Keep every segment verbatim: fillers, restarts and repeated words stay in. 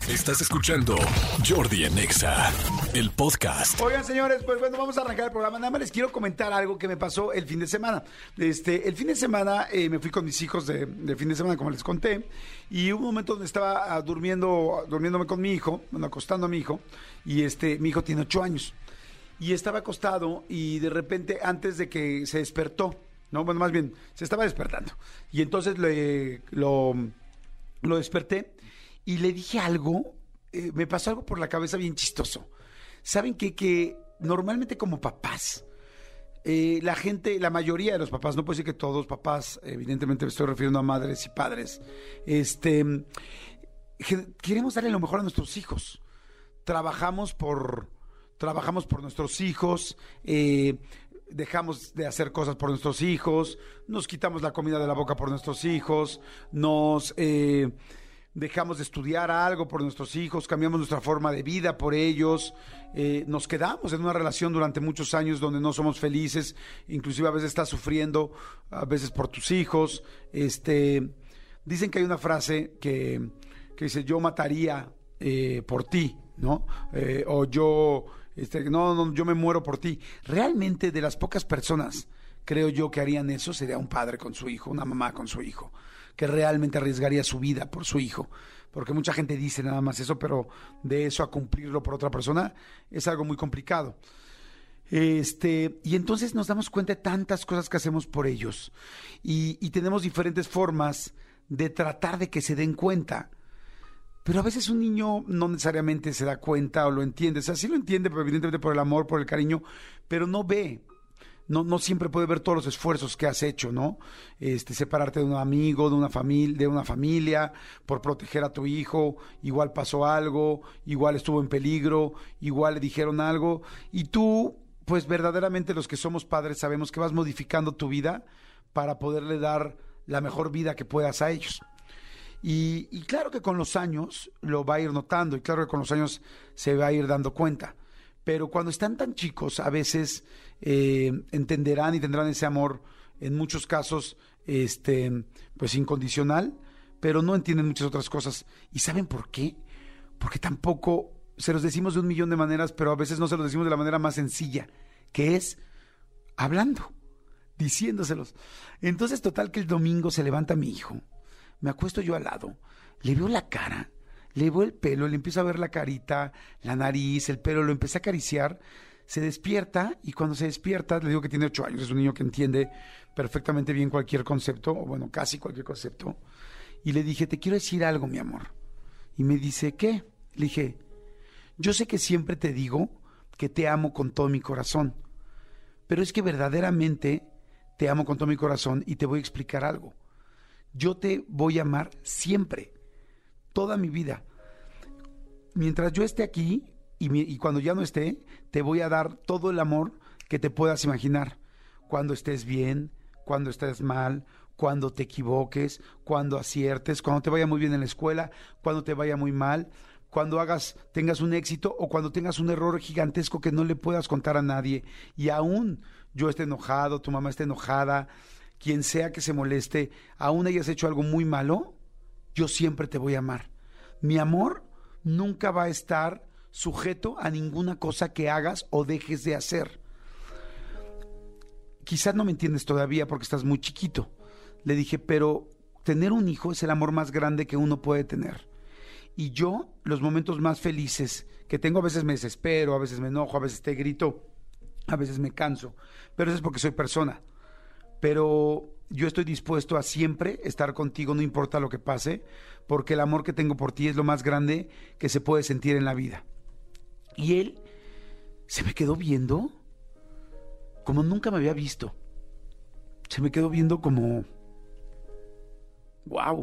Estás escuchando Jordi en Exa, el podcast. Oigan, señores, pues bueno, vamos a arrancar el programa. Nada más les quiero comentar algo que me pasó el fin de semana. Este, el fin de semana eh, me fui con mis hijos de, de fin de semana, como les conté, y hubo un momento donde estaba ah, durmiendo, durmiéndome con mi hijo, bueno, acostando a mi hijo, y este, mi hijo tiene ocho años, y estaba acostado y de repente, antes de que se despertó, no, bueno, más bien, se estaba despertando, y entonces le, lo, lo desperté y le dije algo, eh, me pasó algo por la cabeza bien chistoso. ¿Saben qué? Que normalmente como papás, eh, la gente, la mayoría de los papás, no puedo decir que todos papás, evidentemente me estoy refiriendo a madres y padres, este, queremos darle lo mejor a nuestros hijos. Trabajamos por, trabajamos por nuestros hijos, eh, dejamos de hacer cosas por nuestros hijos, nos quitamos la comida de la boca por nuestros hijos, nos... Eh, dejamos de estudiar algo por nuestros hijos, cambiamos nuestra forma de vida por ellos, eh, nos quedamos en una relación durante muchos años donde no somos felices, inclusive a veces estás sufriendo, a veces por tus hijos. Este, dicen que hay una frase que, que dice, yo mataría eh, por ti, ¿no? Eh, o yo, este, no, no, yo me muero por ti. Realmente, de las pocas personas, creo yo, que harían eso, sería un padre con su hijo, una mamá con su hijo, que realmente arriesgaría su vida por su hijo, porque mucha gente dice nada más eso, pero de eso a cumplirlo por otra persona es algo muy complicado. Este, y entonces nos damos cuenta de tantas cosas que hacemos por ellos y, y tenemos diferentes formas de tratar de que se den cuenta. Pero a veces un niño no necesariamente se da cuenta o lo entiende, o sea, sí lo entiende, pero evidentemente por el amor, por el cariño, pero no ve. No, no siempre puede ver todos los esfuerzos que has hecho, ¿no? Este, separarte de un amigo, de una familia, de una familia, por proteger a tu hijo, igual pasó algo, igual estuvo en peligro, igual le dijeron algo, y tú, pues verdaderamente los que somos padres sabemos que vas modificando tu vida para poderle dar la mejor vida que puedas a ellos. Y, y claro que con los años lo va a ir notando, y claro que con los años se va a ir dando cuenta. Pero cuando están tan chicos, a veces eh, entenderán y tendrán ese amor, en muchos casos, este, pues incondicional, pero no entienden muchas otras cosas. ¿Y saben por qué? Porque tampoco se los decimos de un millón de maneras, pero a veces no se los decimos de la manera más sencilla, que es hablando, diciéndoselos. Entonces, total que el domingo se levanta mi hijo, me acuesto yo al lado, le veo la cara, le veo el pelo, le empiezo a ver la carita, la nariz, el pelo, lo empecé a acariciar, se despierta y cuando se despierta, le digo que tiene ocho años, es un niño que entiende perfectamente bien cualquier concepto, o bueno, casi cualquier concepto, y le dije, te quiero decir algo, mi amor. Y me dice, ¿qué? Le dije, yo sé que siempre te digo que te amo con todo mi corazón, pero es que verdaderamente te amo con todo mi corazón y te voy a explicar algo. Yo te voy a amar siempre, toda mi vida. Mientras yo esté aquí y, mi, y cuando ya no esté, te voy a dar todo el amor que te puedas imaginar. Cuando estés bien, cuando estés mal, cuando te equivoques, cuando aciertes, cuando te vaya muy bien en la escuela, cuando te vaya muy mal, cuando hagas, tengas un éxito o cuando tengas un error gigantesco que no le puedas contar a nadie. Y aún yo esté enojado, tu mamá esté enojada, quien sea que se moleste, aún hayas hecho algo muy malo, yo siempre te voy a amar. Mi amor nunca va a estar sujeto a ninguna cosa que hagas o dejes de hacer. Quizás no me entiendes todavía porque estás muy chiquito. Le dije, pero tener un hijo es el amor más grande que uno puede tener. Y yo, los momentos más felices que tengo, a veces me desespero, a veces me enojo, a veces te grito, a veces me canso, pero eso es porque soy persona. Pero yo estoy dispuesto a siempre estar contigo, no importa lo que pase, porque el amor que tengo por ti es lo más grande que se puede sentir en la vida. Y él se me quedó viendo como nunca me había visto. Se me quedó viendo como... ¡Wow!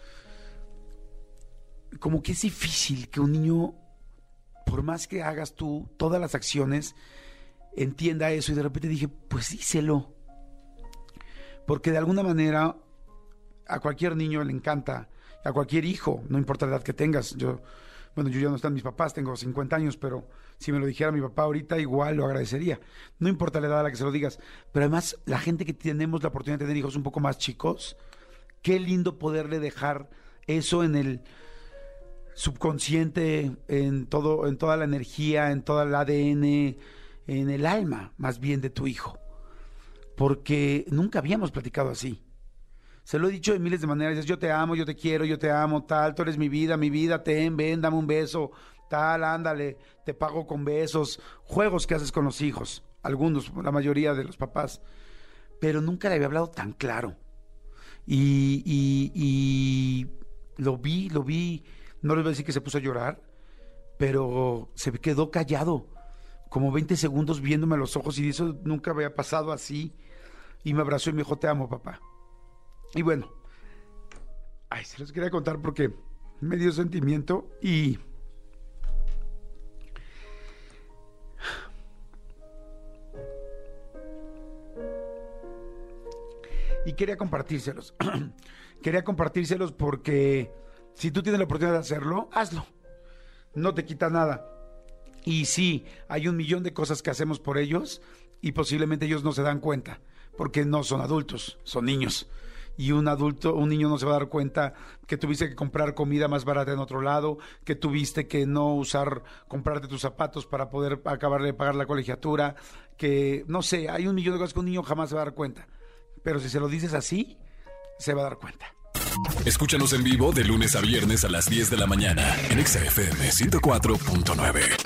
Como que es difícil que un niño, por más que hagas tú todas las acciones, entienda eso. Y de repente dije, pues díselo. Porque de alguna manera a cualquier niño le encanta, a cualquier hijo, no importa la edad que tengas. Yo, bueno, yo ya no están mis papás, tengo cincuenta años, pero si me lo dijera mi papá ahorita, igual lo agradecería. No importa la edad a la que se lo digas. Pero además, la gente que tenemos la oportunidad de tener hijos un poco más chicos, qué lindo poderle dejar eso en el... subconsciente, en todo, en toda la energía, en toda el A D N, en el alma, más bien, de tu hijo. Porque nunca habíamos platicado así. Se lo he dicho de miles de maneras. Yo te amo, yo te quiero, yo te amo, tal, tú eres mi vida, mi vida, ten, ven, dame un beso, tal, ándale, te pago con besos. Juegos que haces con los hijos, algunos, la mayoría de los papás. Pero nunca le había hablado tan claro. Y, y, y lo vi, lo vi, no les voy a decir que se puso a llorar, pero se quedó callado, como veinte segundos viéndome a los ojos, y eso nunca había pasado así. Y me abrazó y me dijo, te amo, papá. Y bueno, ay, se los quería contar porque me dio sentimiento y... Y quería compartírselos. Quería compartírselos porque si tú tienes la oportunidad de hacerlo, hazlo. No te quita nada. Y sí, hay un millón de cosas que hacemos por ellos y posiblemente ellos no se dan cuenta porque no son adultos, son niños. Y un adulto, un niño no se va a dar cuenta que tuviste que comprar comida más barata en otro lado, que tuviste que no usar, comprarte tus zapatos para poder acabar de pagar la colegiatura, que no sé, hay un millón de cosas que un niño jamás se va a dar cuenta. Pero si se lo dices así, se va a dar cuenta. Escúchanos en vivo de lunes a viernes a las diez de la mañana en Exa F M ciento cuatro punto nueve.